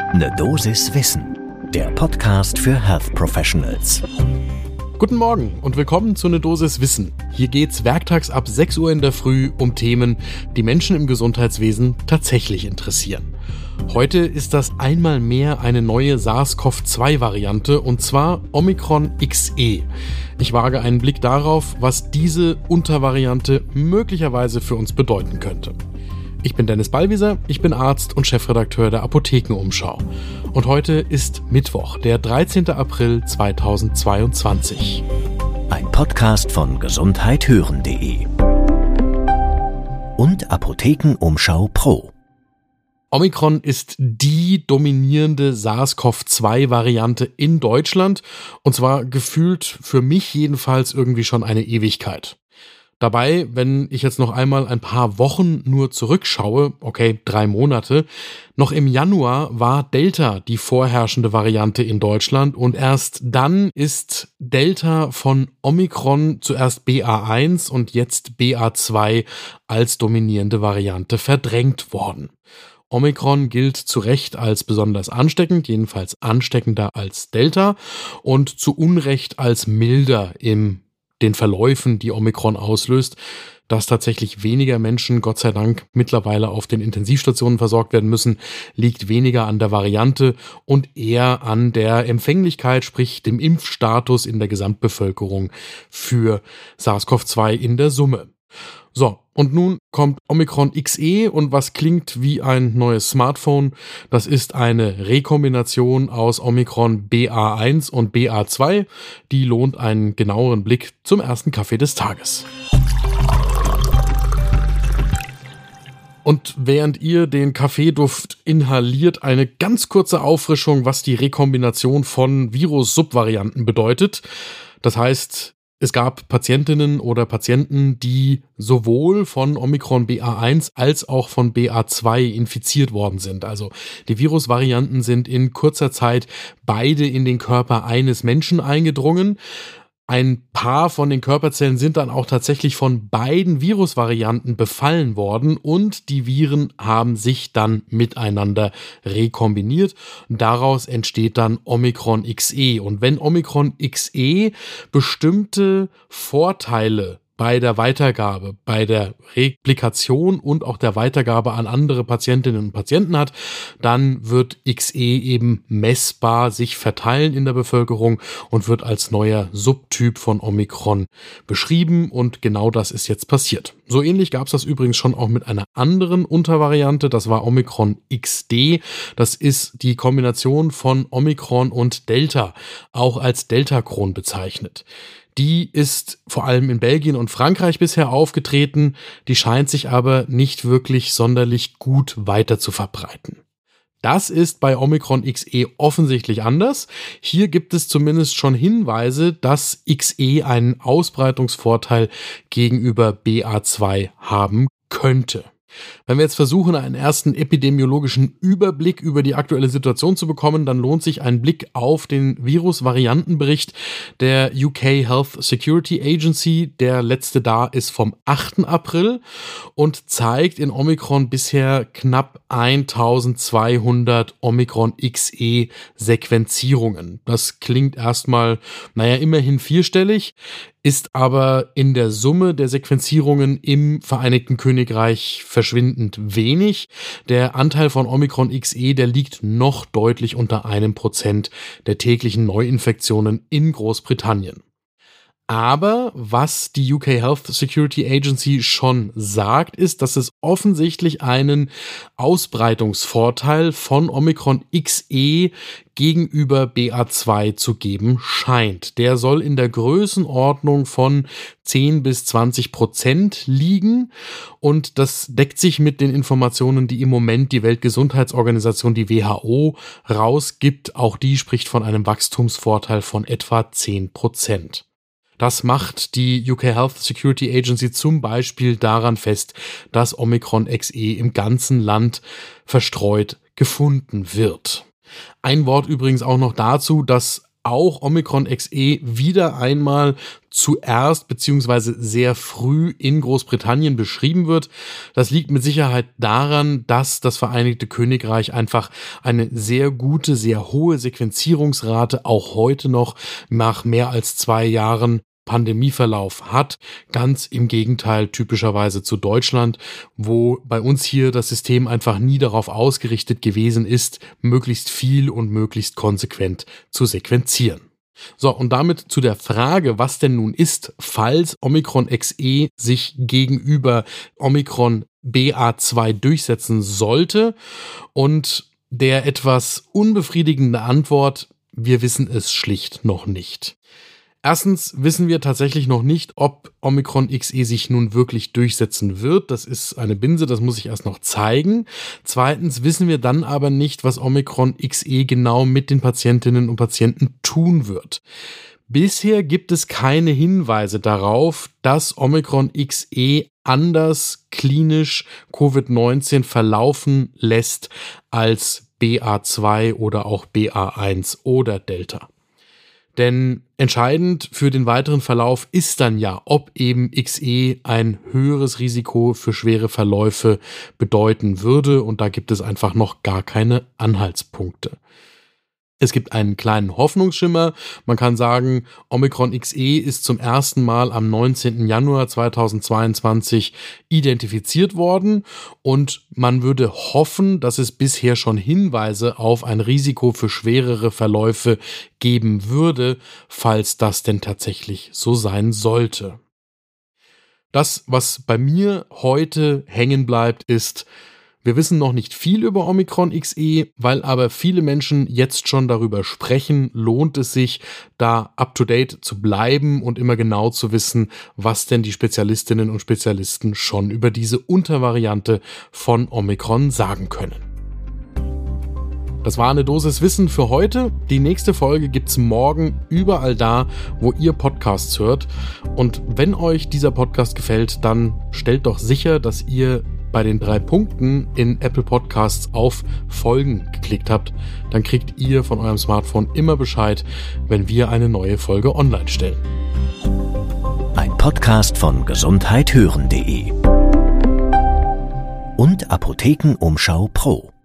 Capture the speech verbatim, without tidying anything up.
Ne Dosis Wissen, der Podcast für Health Professionals. Guten Morgen und willkommen zu Ne Dosis Wissen. Hier geht's werktags ab sechs Uhr in der Früh um Themen, die Menschen im Gesundheitswesen tatsächlich interessieren. Heute ist das einmal mehr eine neue SARS-C o V zwei Variante und zwar Omikron X E. Ich wage einen Blick darauf, was diese Untervariante möglicherweise für uns bedeuten könnte. Ich bin Dennis Ballwieser, ich bin Arzt und Chefredakteur der Apothekenumschau. Und heute ist Mittwoch, der dreizehnten April zweitausendzweiundzwanzig. Ein Podcast von gesundheit hören punkt de und Apothekenumschau Pro. Omikron ist die dominierende SARS-C o V zwei Variante in Deutschland und zwar gefühlt für mich jedenfalls irgendwie schon eine Ewigkeit. Dabei, wenn ich jetzt noch einmal ein paar Wochen nur zurückschaue, okay, drei Monate, noch im Januar war Delta die vorherrschende Variante in Deutschland und erst dann ist Delta von Omikron zuerst B A eins und jetzt B A zwei als dominierende Variante verdrängt worden. Omikron gilt zu Recht als besonders ansteckend, jedenfalls ansteckender als Delta und zu Unrecht als milder im den Verläufen, die Omikron auslöst, dass tatsächlich weniger Menschen, Gott sei Dank, mittlerweile auf den Intensivstationen versorgt werden müssen, liegt weniger an der Variante und eher an der Empfänglichkeit, sprich dem Impfstatus in der Gesamtbevölkerung für SARS-C o V zwei in der Summe. So, und nun kommt Omikron X E und was klingt wie ein neues Smartphone? Das ist eine Rekombination aus Omikron B A eins und B A zwei. Die lohnt einen genaueren Blick zum ersten Kaffee des Tages. Und während ihr den Kaffeeduft inhaliert, eine ganz kurze Auffrischung, was die Rekombination von Virus-Subvarianten bedeutet. Das heißt, es gab Patientinnen oder Patienten, die sowohl von Omikron B A eins als auch von B A zwei infiziert worden sind. Also die Virusvarianten sind in kurzer Zeit beide in den Körper eines Menschen eingedrungen. Ein paar von den Körperzellen sind dann auch tatsächlich von beiden Virusvarianten befallen worden und die Viren haben sich dann miteinander rekombiniert. Daraus entsteht dann Omikron X E. Und wenn Omikron X E bestimmte Vorteile bei der Weitergabe, bei der Replikation und auch der Weitergabe an andere Patientinnen und Patienten hat, dann wird X E eben messbar sich verteilen in der Bevölkerung und wird als neuer Subtyp von Omikron beschrieben und genau das ist jetzt passiert. So ähnlich gab es das übrigens schon auch mit einer anderen Untervariante, das war Omikron X D. Das ist die Kombination von Omikron und Delta, auch als Deltacron bezeichnet. Die ist vor allem in Belgien und Frankreich bisher aufgetreten, die scheint sich aber nicht wirklich sonderlich gut weiter zu verbreiten. Das ist bei Omikron X E offensichtlich anders. Hier gibt es zumindest schon Hinweise, dass X E einen Ausbreitungsvorteil gegenüber B A zwei haben könnte. Wenn wir jetzt versuchen, einen ersten epidemiologischen Überblick über die aktuelle Situation zu bekommen, dann lohnt sich ein Blick auf den Virus-Variantenbericht der U K Health Security Agency. Der letzte da ist vom achten April und zeigt in Omikron bisher knapp eintausendzweihundert Omikron X E Sequenzierungen. Das klingt erstmal, naja, immerhin vierstellig, ist aber in der Summe der Sequenzierungen im Vereinigten Königreich verschwindend wenig. Der Anteil von Omikron X E, der liegt noch deutlich unter einem Prozent der täglichen Neuinfektionen in Großbritannien. Aber was die U K Health Security Agency schon sagt, ist, dass es offensichtlich einen Ausbreitungsvorteil von Omikron X E gegenüber B A zwei zu geben scheint. Der soll in der Größenordnung von zehn bis zwanzig Prozent liegen und das deckt sich mit den Informationen, die im Moment die Weltgesundheitsorganisation, die W H O, rausgibt. Auch die spricht von einem Wachstumsvorteil von etwa zehn Prozent. Das macht die U K Health Security Agency zum Beispiel daran fest, dass Omikron X E im ganzen Land verstreut gefunden wird. Ein Wort übrigens auch noch dazu, dass auch Omikron X E wieder einmal zuerst beziehungsweise sehr früh in Großbritannien beschrieben wird. Das liegt mit Sicherheit daran, dass das Vereinigte Königreich einfach eine sehr gute, sehr hohe Sequenzierungsrate auch heute noch nach mehr als zwei Jahren Pandemieverlauf hat, ganz im Gegenteil typischerweise zu Deutschland, wo bei uns hier das System einfach nie darauf ausgerichtet gewesen ist, möglichst viel und möglichst konsequent zu sequenzieren. So, und damit zu der Frage, was denn nun ist, falls Omikron X E sich gegenüber Omikron B A zwei durchsetzen sollte, und der etwas unbefriedigende Antwort: Wir wissen es schlicht noch nicht. Erstens wissen wir tatsächlich noch nicht, ob Omikron X E sich nun wirklich durchsetzen wird. Das ist eine Binse, das muss ich erst noch zeigen. Zweitens wissen wir dann aber nicht, was Omikron X E genau mit den Patientinnen und Patienten tun wird. Bisher gibt es keine Hinweise darauf, dass Omikron X E anders klinisch Covid neunzehn verlaufen lässt als B A zwei oder auch B A eins oder Delta. Denn entscheidend für den weiteren Verlauf ist dann ja, ob eben X E ein höheres Risiko für schwere Verläufe bedeuten würde, und da gibt es einfach noch gar keine Anhaltspunkte. Es gibt einen kleinen Hoffnungsschimmer. Man kann sagen, Omikron X E ist zum ersten Mal am neunzehnten Januar zweitausendzweiundzwanzig identifiziert worden, und man würde hoffen, dass es bisher schon Hinweise auf ein Risiko für schwerere Verläufe geben würde, falls das denn tatsächlich so sein sollte. Das, was bei mir heute hängen bleibt, ist: Wir wissen noch nicht viel über Omikron X E, weil aber viele Menschen jetzt schon darüber sprechen, lohnt es sich, da up-to-date zu bleiben und immer genau zu wissen, was denn die Spezialistinnen und Spezialisten schon über diese Untervariante von Omikron sagen können. Das war eine Dosis Wissen für heute. Die nächste Folge gibt's morgen überall da, wo ihr Podcasts hört. Und wenn euch dieser Podcast gefällt, dann stellt doch sicher, dass ihr bei den drei Punkten in Apple Podcasts auf Folgen geklickt habt. Dann kriegt ihr von eurem Smartphone immer Bescheid, wenn wir eine neue Folge online stellen. Ein Podcast von gesundheit hören punkt de und Apothekenumschau Pro.